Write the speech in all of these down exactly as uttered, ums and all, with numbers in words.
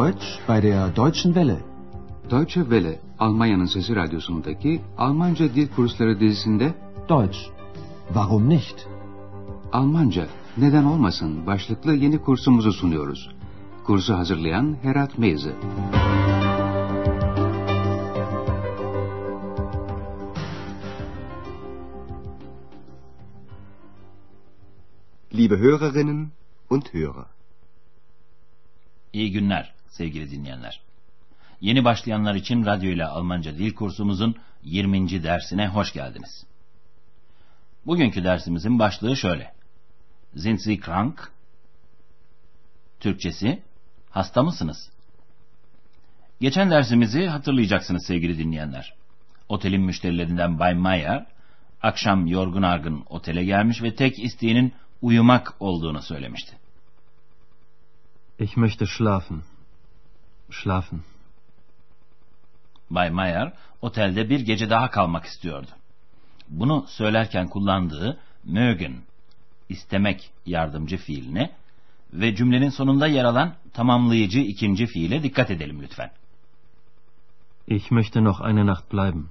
Deutsch bei der Deutschen Welle. Deutsche Welle, Almanya'nın Sesi Radyosu'ndaki Almanca Dil Kursları dizisinde Deutsch, warum nicht? Almanca, neden olmasın başlıklı yeni kursumuzu sunuyoruz. Kursu hazırlayan Herat Meyze. Liebe Hörerinnen und Hörer. İyi günler sevgili dinleyenler. Yeni başlayanlar için radyo ile Almanca dil kursumuzun yirminci dersine hoş geldiniz. Bugünkü dersimizin başlığı şöyle. Sind Sie krank? Türkçesi, hasta mısınız? Geçen dersimizi hatırlayacaksınız sevgili dinleyenler. Otelin müşterilerinden Bay Mayer, akşam yorgun argın otele gelmiş ve tek isteğinin uyumak olduğunu söylemişti. Ich möchte schlafen. Schlafen. Bay Mayer, otelde bir gece daha kalmak istiyordu. Bunu söylerken kullandığı mögen, istemek yardımcı fiiline ve cümlenin sonunda yer alan tamamlayıcı ikinci fiile dikkat edelim lütfen. Ich möchte noch eine Nacht bleiben.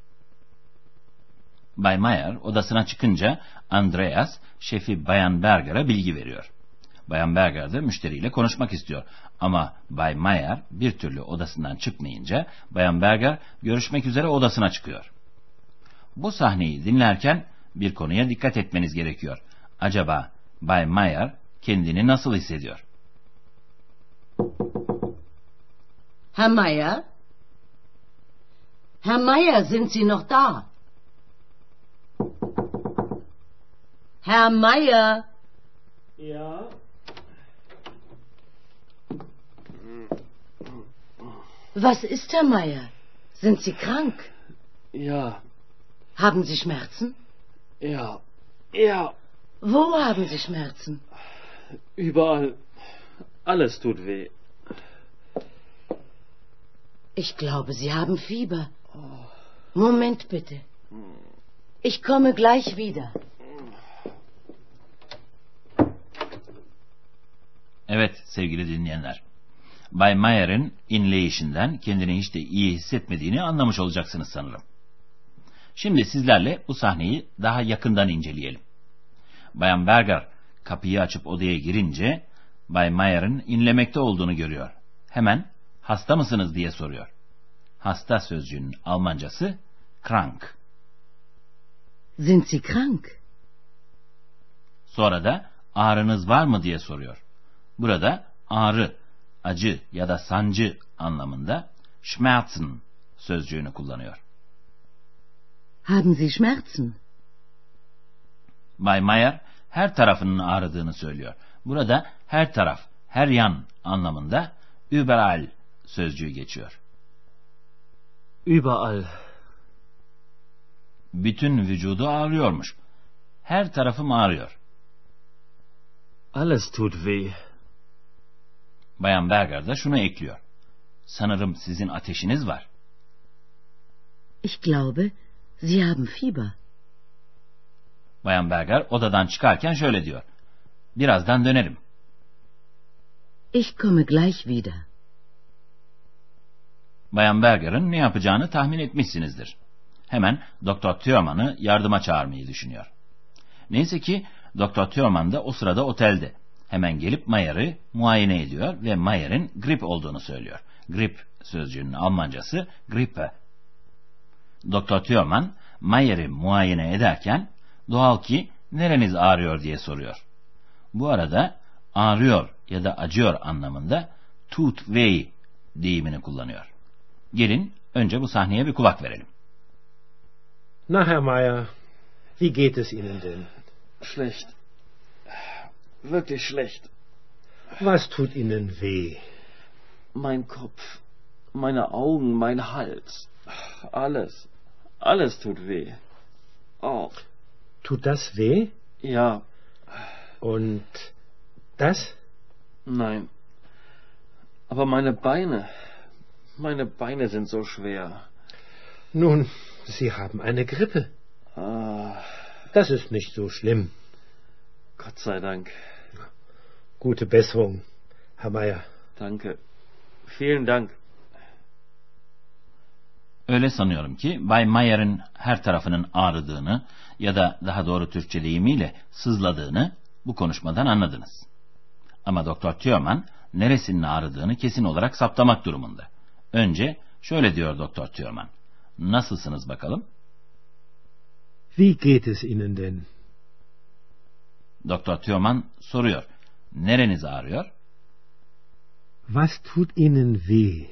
Bay Mayer odasına çıkınca Andreas, şefi Bayan Berger'a bilgi veriyor. Bayan Berger de müşteriyle konuşmak istiyor. Ama Bay Mayer bir türlü odasından çıkmayınca Bayan Berger görüşmek üzere odasına çıkıyor. Bu sahneyi dinlerken bir konuya dikkat etmeniz gerekiyor. Acaba Bay Mayer kendini nasıl hissediyor? Herr Mayer? Herr Mayer, sind Sie noch da? Herr Mayer? Ja? Was ist, Herr Mayer? Sind Sie krank? Ja. Haben Sie Schmerzen? Ja. Ja. Wo haben Sie Schmerzen? Überall. Alles tut weh. Ich glaube, Sie haben Fieber. Moment bitte. Ich komme gleich wieder. Evet sevgili dinleyenler. Bay Mayer'in inleyişinden kendini hiç de iyi hissetmediğini anlamış olacaksınız sanırım. Şimdi sizlerle bu sahneyi daha yakından inceleyelim. Bayan Berger kapıyı açıp odaya girince Bay Mayer'in inlemekte olduğunu görüyor. Hemen hasta mısınız diye soruyor. Hasta sözcüğünün Almancası krank. Sind Sie krank? Sonra da ağrınız var mı diye soruyor. Burada ağrı, acı ya da sancı anlamında Schmerzen sözcüğünü kullanıyor. Haben Sie Schmerzen? Bay Mayer her tarafının ağrıdığını söylüyor. Burada her taraf, her yan anlamında überall sözcüğü geçiyor. Überall. Bütün vücudu ağrıyormuş. Her tarafım ağrıyor. Alles tut weh. Bayan Berger de şunu ekliyor. Sanırım sizin ateşiniz var. Ich glaube, Sie haben Fieber. Bayan Berger odadan çıkarken şöyle diyor. Birazdan dönerim. Ich komme gleich wieder. Bayan Berger'ın ne yapacağını tahmin etmişsinizdir. Hemen Doktor Thürmann'ı yardıma çağırmayı düşünüyor. Neyse ki Doktor Thürmann da o sırada otelde. Hemen gelip Mayer'ı muayene ediyor ve Mayer'in grip olduğunu söylüyor. Grip sözcüğünün Almancası Grippe. Doktor Thürmann Mayer'i muayene ederken doğal ki nereniz ağrıyor diye soruyor. Bu arada ağrıyor ya da acıyor anlamında tut weh deyimini kullanıyor. Gelin önce bu sahneye bir kulak verelim. Na, Herr Mayer, wie geht es Ihnen denn? Schlecht. Wirklich schlecht. Was tut Ihnen weh? Mein Kopf, meine Augen, mein Hals. Alles. Alles tut weh. Oh. Tut das weh? Ja. Und das? Nein. Aber meine Beine. Meine Beine sind so schwer. Nun, Sie haben eine Grippe. Ah. Das ist nicht so schlimm. Gott sei Dank. Gute Besserung, Herr Mayer. Danke. Vielen Dank. Öyle sanıyorum ki Bay Mayer'in her tarafının ağrıdığını ya da daha doğru Türkçe deyimiyle sızladığını bu konuşmadan anladınız. Ama Doktor Thürmann neresinin ağrıdığını kesin olarak saptamak durumunda. Önce şöyle diyor Doktor Thürmann. Nasılsınız bakalım? Wie geht es Ihnen denn? Doktor Thürmann soruyor. Nereniz ağrıyor? Was tut Ihnen weh?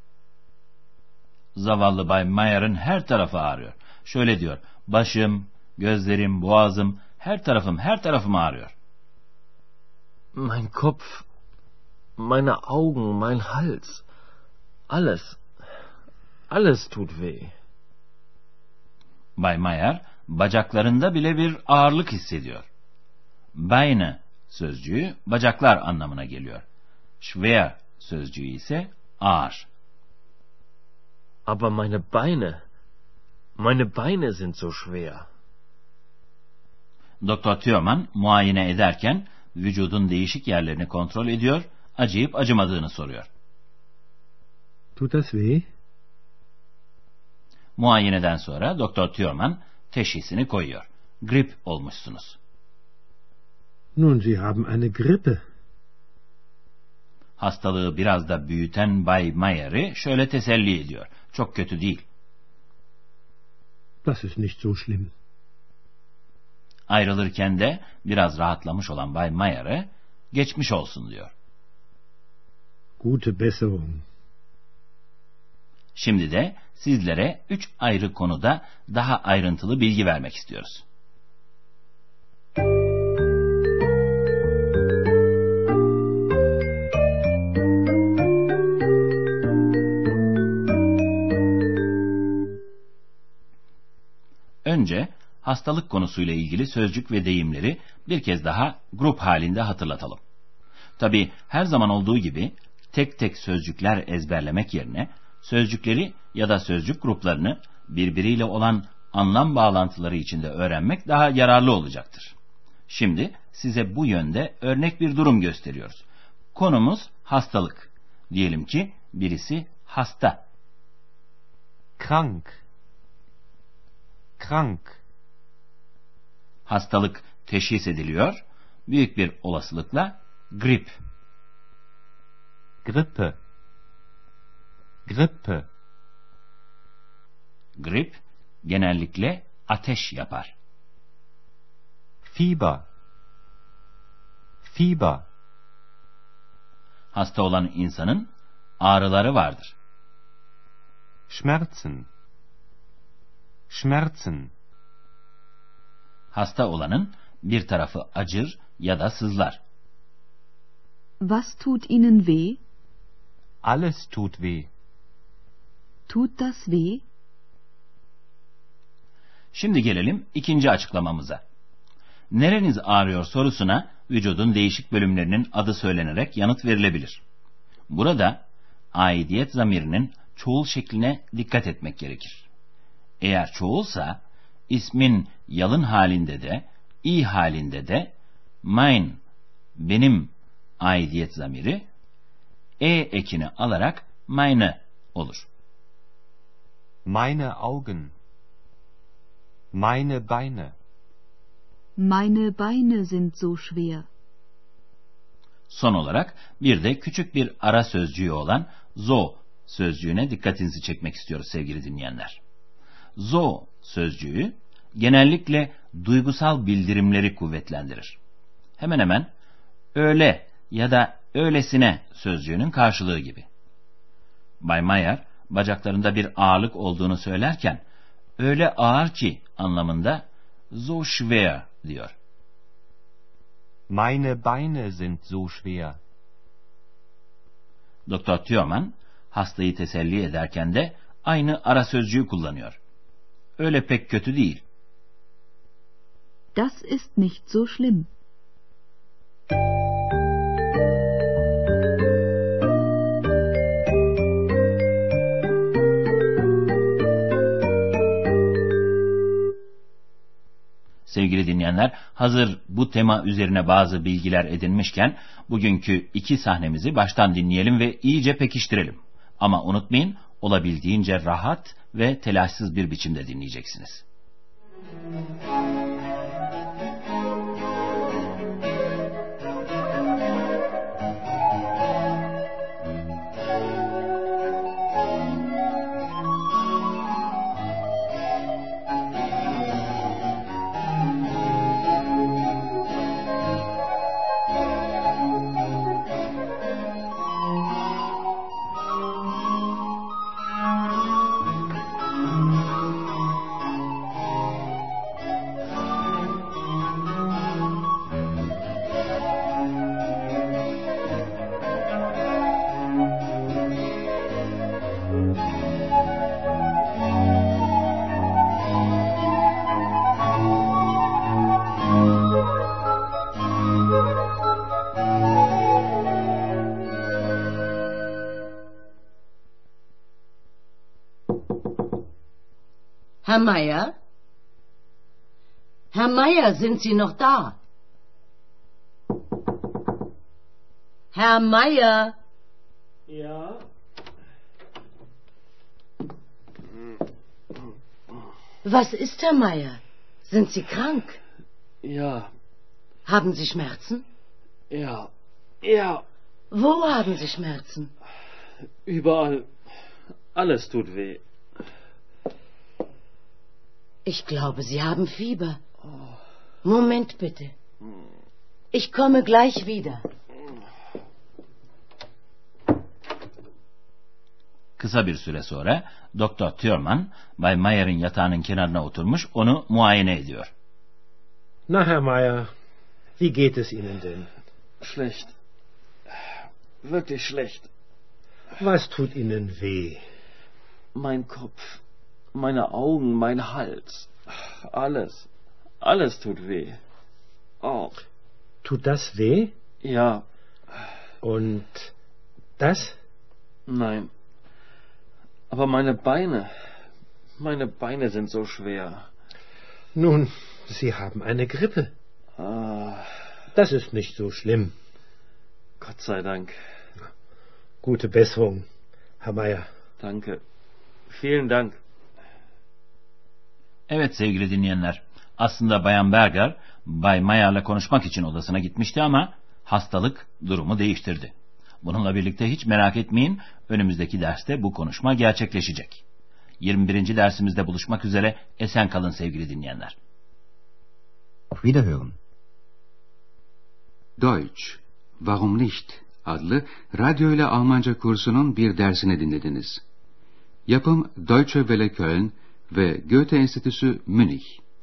Zavallı Bay Mayer'in her tarafı ağrıyor. Şöyle diyor. Başım, gözlerim, boğazım, her tarafım, her tarafım ağrıyor. Mein Kopf, meine Augen, mein Hals. Alles, alles tut weh. Bay Mayer, bacaklarında bile bir ağırlık hissediyor. Beine sözcüğü bacaklar anlamına geliyor. Schwer sözcüğü ise ağır. Aber meine Beine, meine Beine sind so schwer. Doktor Thürmann muayene ederken vücudun değişik yerlerini kontrol ediyor, acıyıp acımadığını soruyor. Tut das weh? Muayeneden sonra Doktor Thürmann teşhisini koyuyor. Grip olmuşsunuz. Nun, Sie haben eine Grippe. Hastalığı biraz da büyüten Bay Mayer'i şöyle teselli ediyor. Çok kötü değil. Das ist nicht so schlimm. Ayrılırken de biraz rahatlamış olan Bay Mayer'e geçmiş olsun diyor. Gute Besserung. Şimdi de sizlere üç ayrı konuda daha ayrıntılı bilgi vermek istiyoruz. Önce hastalık konusuyla ilgili sözcük ve deyimleri bir kez daha grup halinde hatırlatalım. Tabii her zaman olduğu gibi tek tek sözcükler ezberlemek yerine sözcükleri ya da sözcük gruplarını birbiriyle olan anlam bağlantıları içinde öğrenmek daha yararlı olacaktır. Şimdi size bu yönde örnek bir durum gösteriyoruz. Konumuz hastalık. Diyelim ki birisi hasta. Krank. Krank. Hastalık teşhis ediliyor. Büyük bir olasılıkla grip. Grippe. Grippe. Grip genellikle ateş yapar. Fieber. Fieber. Hasta olan insanın ağrıları vardır. Schmerzen. Schmerzen. Hasta olanın bir tarafı acır ya da sızlar. Was tut Ihnen weh? Alles tut weh. Tut das weh? Şimdi gelelim ikinci açıklamamıza. Nereniz ağrıyor sorusuna vücudun değişik bölümlerinin adı söylenerek yanıt verilebilir. Burada aidiyet zamirinin çoğul şekline dikkat etmek gerekir. Eğer çoğulsa ismin yalın halinde de i halinde de mein benim aidiyet zamiri e ekini alarak meine olur. Meine Augen. Meine Beine. Meine Beine sind so schwer. Son olarak bir de küçük bir ara sözcüğü olan so sözcüğüne dikkatinizi çekmek istiyoruz sevgili dinleyenler. So sözcüğü genellikle duygusal bildirimleri kuvvetlendirir. Hemen hemen öyle ya da öylesine sözcüğünün karşılığı gibi. Bay Mayer bacaklarında bir ağırlık olduğunu söylerken öyle ağır ki anlamında so schwer diyor. Meine Beine sind so schwer. Doktor Thürmann hastayı teselli ederken de aynı ara sözcüğü kullanıyor. Öyle pek kötü değil. Das ist nicht so schlimm. Sevgili dinleyenler, hazır bu tema üzerine bazı bilgiler edinmişken bugünkü iki sahnemizi baştan dinleyelim ve iyice pekiştirelim. Ama unutmayın, olabildiğince rahat ve telaşsız bir biçimde dinleyeceksiniz. Herr Meier? Herr Meier, sind Sie noch da? Herr Meier? Ja? Was ist, Herr Meier? Sind Sie krank? Ja. Haben Sie Schmerzen? Ja. Ja. Wo haben Sie Schmerzen? Überall. Alles tut weh. Ich glaube, Sie haben Fieber. Moment bitte. Ich komme gleich wieder. Kısa bir süre sonra Doktor Thürmann, Bay Mayer'in yatağının kenarına oturmuş, onu muayene ediyor. Na, Herr Meier, wie geht es Ihnen denn? Schlecht. Wirklich schlecht. Was tut Ihnen weh? Mein Kopf, meine Augen, mein Hals. Alles. Alles tut weh. Oh. Tut das weh? Ja. Und das? Nein. Aber meine Beine, meine Beine sind so schwer. Nun, Sie haben eine Grippe. Ah. Das ist nicht so schlimm. Gott sei Dank. Gute Besserung, Herr Meier. Danke. Vielen Dank. Evet sevgili dinleyenler, aslında Bayan Berger, Bay Mayer'la konuşmak için odasına gitmişti ama hastalık durumu değiştirdi. Bununla birlikte hiç merak etmeyin, önümüzdeki derste bu konuşma gerçekleşecek. yirmi birinci dersimizde buluşmak üzere, esen kalın sevgili dinleyenler. Auf Wiederhören. Deutsch, Warum nicht? Adlı radyo ile Almanca kursunun bir dersini dinlediniz. Yapım Deutsche Welle Köln ve Goethe Enstitüsü Münih.